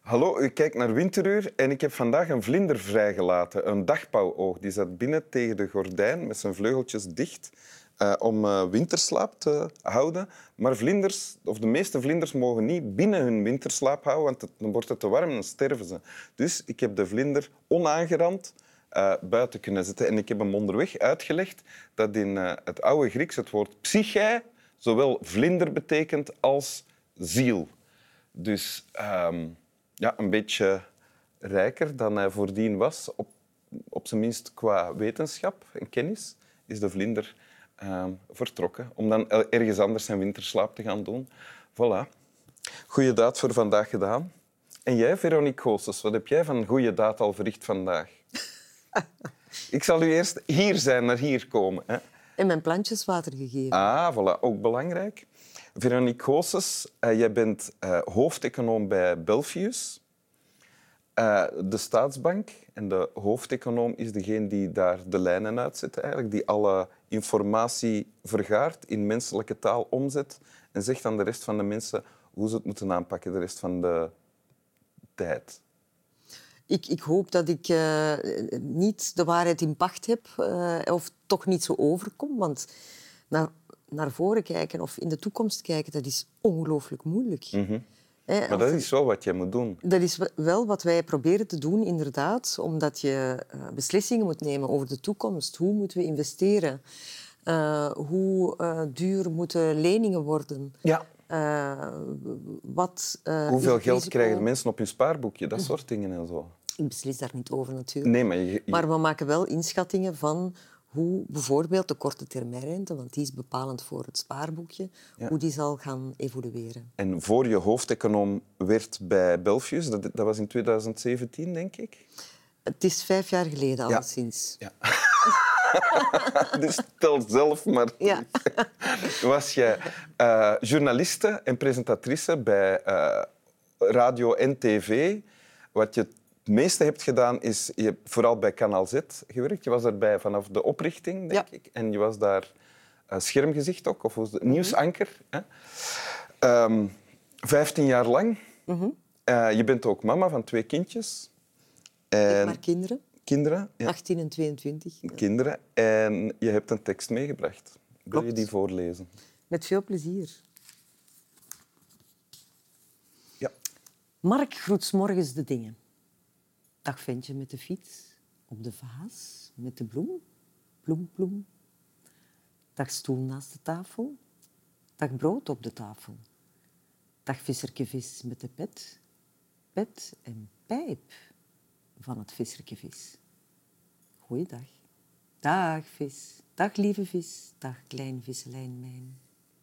Hallo, u kijkt naar Winteruur en ik heb vandaag een vlinder vrijgelaten. Een dagpauwoog. Die zat binnen tegen de gordijn met zijn vleugeltjes dicht om winterslaap te houden. Maar vlinders, of de meeste vlinders, mogen niet binnen hun winterslaap houden, want dan wordt het te warm en dan sterven ze. Dus ik heb de vlinder onaangerand buiten kunnen zetten. En ik heb hem onderweg uitgelegd dat in het oude Grieks het woord psyche zowel vlinder betekent als ziel. Dus ja, een beetje rijker dan hij voordien was, op zijn minst qua wetenschap en kennis, is de vlinder vertrokken om dan ergens anders zijn winterslaap te gaan doen. Voilà. Goeie daad voor vandaag gedaan. En jij, Veronique Goossens, wat heb jij van goede daad al verricht vandaag? Ik zal u eerst hier zijn, naar hier komen. Hè. En mijn plantjes water gegeven. Ah, voilà, ook belangrijk. Veronique Goossens, jij bent hoofdeconoom bij Belfius, de staatsbank. En de hoofdeconoom is degene die daar de lijnen uitzet, eigenlijk, die alle informatie vergaart, in menselijke taal omzet en zegt aan de rest van de mensen hoe ze het moeten aanpakken de rest van de tijd. Ik hoop dat ik niet de waarheid in pacht heb of toch niet zo overkom. Want naar voren kijken of in de toekomst kijken, dat is ongelooflijk moeilijk. Mm-hmm. Maar dat is wel wat je moet doen. Dat is wel wat wij proberen te doen, inderdaad. Omdat je beslissingen moet nemen over de toekomst. Hoe moeten we investeren? Hoe duur moeten leningen worden? Ja. Hoeveel geld krijgen mensen op hun spaarboekje? Dat soort dingen en zo. Ik beslis daar niet over, natuurlijk. Nee, maar we maken wel inschattingen van hoe bijvoorbeeld de korte termijnrente, want die is bepalend voor het spaarboekje, hoe die zal gaan evolueren. En voor je hoofdeconoom werd bij Belfius, dat was in 2017, denk ik? Het is 5 jaar geleden, alleszins. Ja. Dus tel zelf maar. Ja. Was jij journaliste en presentatrice bij radio en tv. Wat je het meeste hebt gedaan, is je hebt vooral bij Kanaal Z gewerkt. Je was daarbij vanaf de oprichting, denk ik. En je was daar schermgezicht ook, of nieuwsanker. Hè? 15 jaar lang. Mm-hmm. Je bent ook mama van 2 kindjes. Ik heb maar kinderen. Kinderen? Ja. 18 en 22. Ja. Kinderen. En je hebt een tekst meegebracht. Wil Klopt. je die voorlezen? Met veel plezier. Ja. Mark groet 's morgens de dingen. Dag ventje met de fiets, op de vaas, met de bloem, bloem, bloem. Dag stoel naast de tafel, dag brood op de tafel. Dag visserke vis met de pet, pet en pijp van het visserke vis. Goeiedag. Dag vis, dag lieve vis, dag klein visselijn mijn.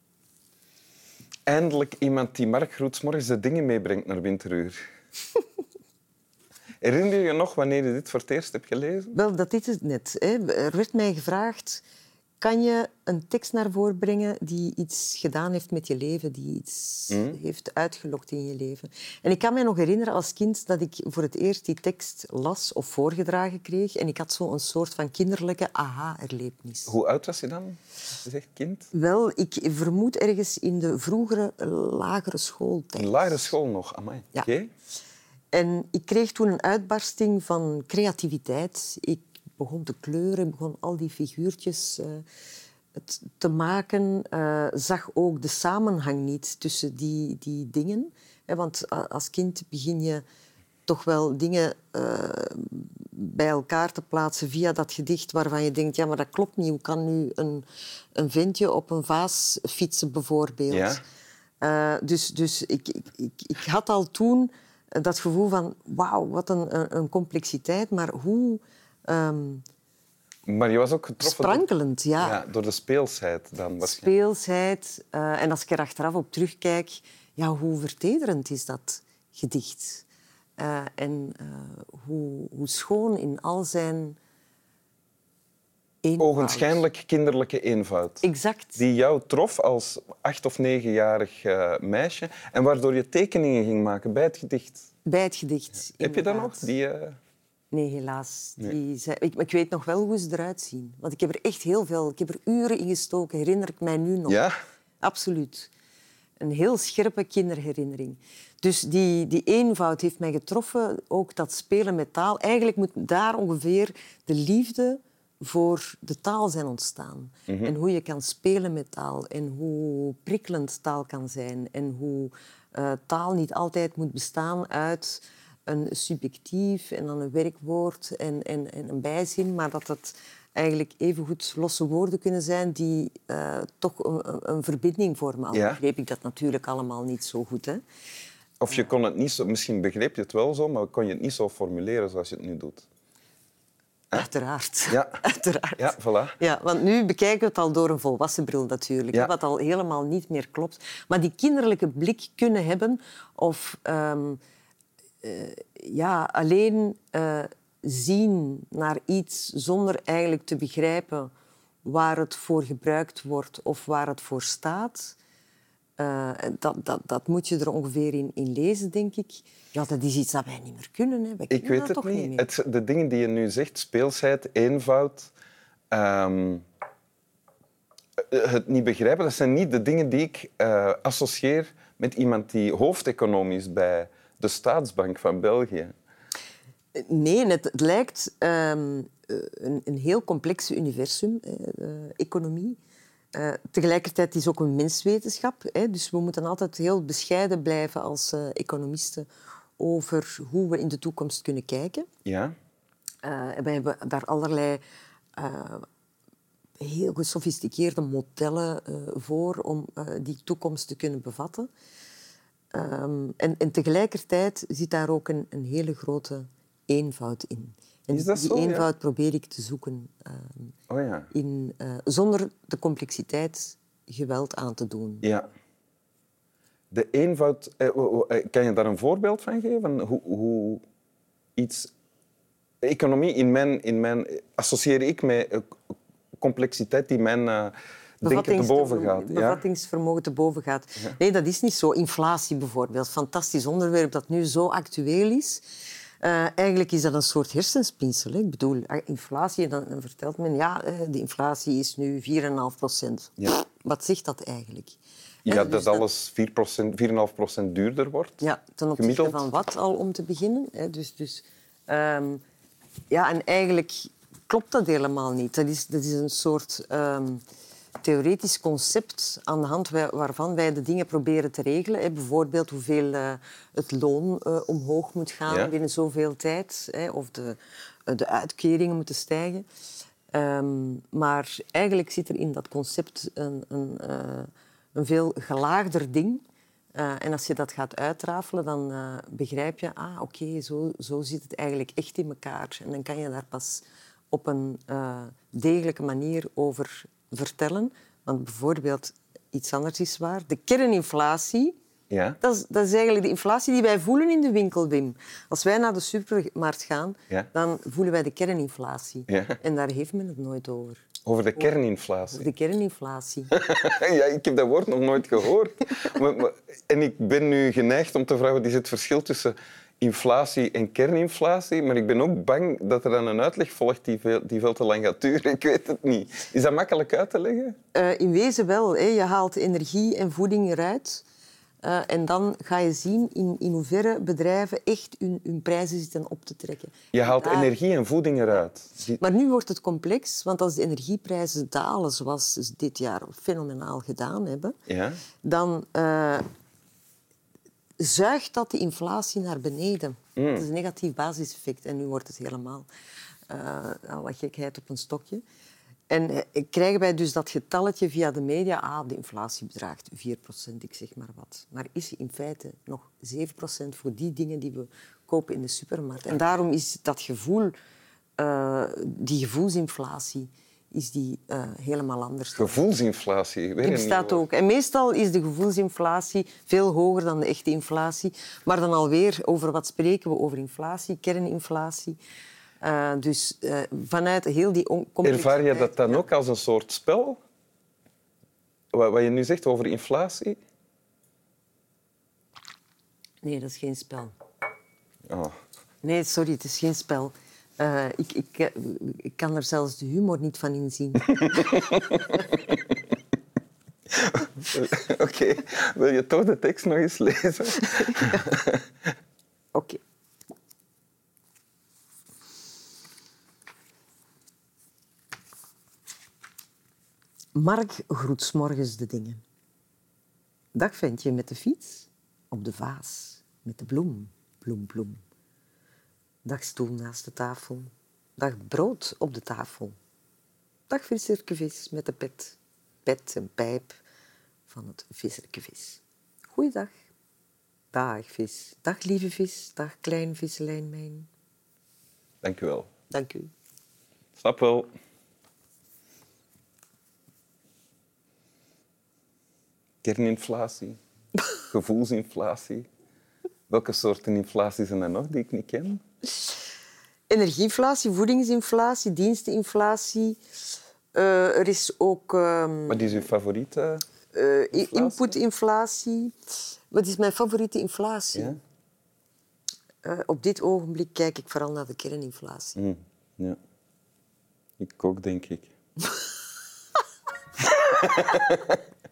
Eindelijk iemand die Mark groet 's morgens de dingen meebrengt naar Winteruur. Herinner je je nog wanneer je dit voor het eerst hebt gelezen? Wel, dat is het net. Hè. Er werd mij gevraagd, kan je een tekst naar voren brengen die iets gedaan heeft met je leven, die iets heeft uitgelokt in je leven. En ik kan me nog herinneren als kind dat ik voor het eerst die tekst las of voorgedragen kreeg. En ik had zo een soort van kinderlijke aha-erlevenis. Hoe oud was je dan? Je zegt kind? Wel, ik vermoed ergens in de vroegere lagere schooltijd. In lagere school nog? Amai. Ja. Okay. En ik kreeg toen een uitbarsting van creativiteit. Ik begon te kleuren, begon al die figuurtjes te maken. Zag ook de samenhang niet tussen die dingen. Want als kind begin je toch wel dingen bij elkaar te plaatsen via dat gedicht waarvan je denkt, ja, maar dat klopt niet. Hoe kan nu een ventje op een vaas fietsen, bijvoorbeeld? Ja. Dus ik had al toen dat gevoel van, wauw, wat een complexiteit, maar hoe... Maar je was ook getroffen sprankelend, door de speelsheid dan. Speelsheid. En als ik er achteraf op terugkijk, ja, hoe vertederend is dat gedicht? En hoe schoon in al zijn eenvoud. Ogenschijnlijk kinderlijke eenvoud. Exact. Die jou trof als 8- of 9-jarig meisje en waardoor je tekeningen ging maken bij het gedicht. Bij het gedicht, Heb je dat nog? Nee, helaas. Nee. Ik weet nog wel hoe ze eruit zien. Want ik heb er echt heel veel... Ik heb er uren in gestoken, herinner ik mij nu nog. Ja? Absoluut. een heel scherpe kinderherinnering. Dus die eenvoud heeft mij getroffen, ook dat spelen met taal. Eigenlijk moet daar ongeveer de liefde voor de taal zijn ontstaan. En hoe je kan spelen met taal en hoe prikkelend taal kan zijn en hoe taal niet altijd moet bestaan uit een subjectief en dan een werkwoord en een bijzin, maar dat het eigenlijk evengoed losse woorden kunnen zijn die toch een verbinding vormen. Al begreep ik dat natuurlijk allemaal niet zo goed. Hè? Of je kon het niet zo... Misschien begreep je het wel zo, maar kon je het niet zo formuleren zoals je het nu doet. Uiteraard. Ja. Uiteraard. Ja, voilà. Ja, want nu bekijken we het al door een volwassen bril natuurlijk, Ja. wat al helemaal niet meer klopt. Maar die kinderlijke blik kunnen hebben of alleen zien naar iets zonder eigenlijk te begrijpen waar het voor gebruikt wordt of waar het voor staat. Dat moet je er ongeveer in lezen, denk ik. Ja, dat is iets dat wij niet meer kunnen. Hè. Wij Ik weet dat het toch niet. meer. De dingen die je nu zegt, speelsheid, eenvoud, het niet begrijpen, dat zijn niet de dingen die ik associeer met iemand die hoofdeconoom is bij de Staatsbank van België. Nee, het lijkt een heel complex universum, economie. Tegelijkertijd is het ook een menswetenschap. Dus we moeten altijd heel bescheiden blijven als economisten over hoe we in de toekomst kunnen kijken. Ja? We hebben daar allerlei heel gesofisticeerde modellen voor om die toekomst te kunnen bevatten. En tegelijkertijd zit daar ook een hele grote eenvoud in. En Is dat die zo? eenvoud probeer ik te zoeken zonder de complexiteit geweld aan te doen. Ja. De eenvoud... kan je daar een voorbeeld van geven? Hoe iets... Economie in mijn associeer ik met complexiteit die mijn denken te boven gaat. Bevattingsvermogen te boven gaat. Ja. Nee, dat is niet zo. Inflatie bijvoorbeeld, fantastisch onderwerp dat nu zo actueel is. Eigenlijk is dat een soort hersenspinsel. Hè. Ik bedoel, inflatie, dan vertelt men, de inflatie is nu 4,5%. Ja. Wat zegt dat eigenlijk? Ja, Dus dat alles 4,5% duurder wordt. Ja, ten opzichte gemiddeld. van wat al om te beginnen. Hè. En eigenlijk klopt dat helemaal niet. Dat is een soort theoretisch concept aan de hand waarvan wij de dingen proberen te regelen. Hè. Bijvoorbeeld hoeveel het loon omhoog moet gaan binnen zoveel tijd. Hè, of de uitkeringen moeten stijgen. Maar eigenlijk zit er in dat concept een veel gelaagder ding. En als je dat gaat uitrafelen, dan begrijp je... oké, zo zit het eigenlijk echt in elkaar. En dan kan je daar pas op een degelijke manier over vertellen. Want bijvoorbeeld, iets anders is waar. De kerninflatie, dat is eigenlijk de inflatie die wij voelen in de winkel, Wim. Als wij naar de supermarkt gaan, dan voelen wij de kerninflatie. Ja. En daar heeft men het nooit over. Over de kerninflatie. Over de kerninflatie. Ja, ik heb dat woord nog nooit gehoord. En ik ben nu geneigd om te vragen wat is het verschil tussen inflatie en kerninflatie. Maar ik ben ook bang dat er dan een uitleg volgt die veel te lang gaat duren. Ik weet het niet. Is dat makkelijk uit te leggen? In wezen wel. Hè. Je haalt energie en voeding eruit. En dan ga je zien in hoeverre bedrijven echt hun prijzen zitten op te trekken. Je haalt energie en voeding eruit. Maar nu wordt het complex, want als de energieprijzen dalen, zoals ze dit jaar fenomenaal gedaan hebben, dan zuigt dat de inflatie naar beneden. Dat is een negatief basiseffect. En nu wordt het helemaal wat gekheid op een stokje. En krijgen wij dus dat getalletje via de media. De inflatie bedraagt 4%, ik zeg maar wat. Maar is in feite nog 7% voor die dingen die we kopen in de supermarkt. En daarom is dat gevoel, die gevoelsinflatie, is die helemaal anders. Gevoelsinflatie. Die bestaat ook. En meestal is de gevoelsinflatie veel hoger dan de echte inflatie. Maar dan alweer, over wat spreken we? Over inflatie, kerninflatie. Dus vanuit heel die complexiteit... Ervaar je dat dan ook als een soort spel? Wat je nu zegt over inflatie? Nee, dat is geen spel. Oh. Nee, sorry, het is geen spel. Ik kan er zelfs de humor niet van inzien. Oké, wil je toch de tekst nog eens lezen? Oké. Mark groet 's morgens de dingen. Dag ventje met de fiets, op de vaas, met de bloem, bloem, bloem. Dag stoel naast de tafel, dag brood op de tafel. Dag visserke vis met de pet, pet en pijp van het visserke vis. Goeiedag. Dag vis, dag lieve vis, dag klein visselijn mijn. Dank u wel. Dank u. Snap wel. Kerninflatie, gevoelsinflatie. Welke soorten inflatie zijn er nog die ik niet ken? Energieinflatie, voedingsinflatie, diensteninflatie. Er is ook Wat is uw favoriete? inputinflatie. Wat is mijn favoriete inflatie? Ja? Op dit ogenblik kijk ik vooral naar de kerninflatie. Ja. Ik ook, denk ik.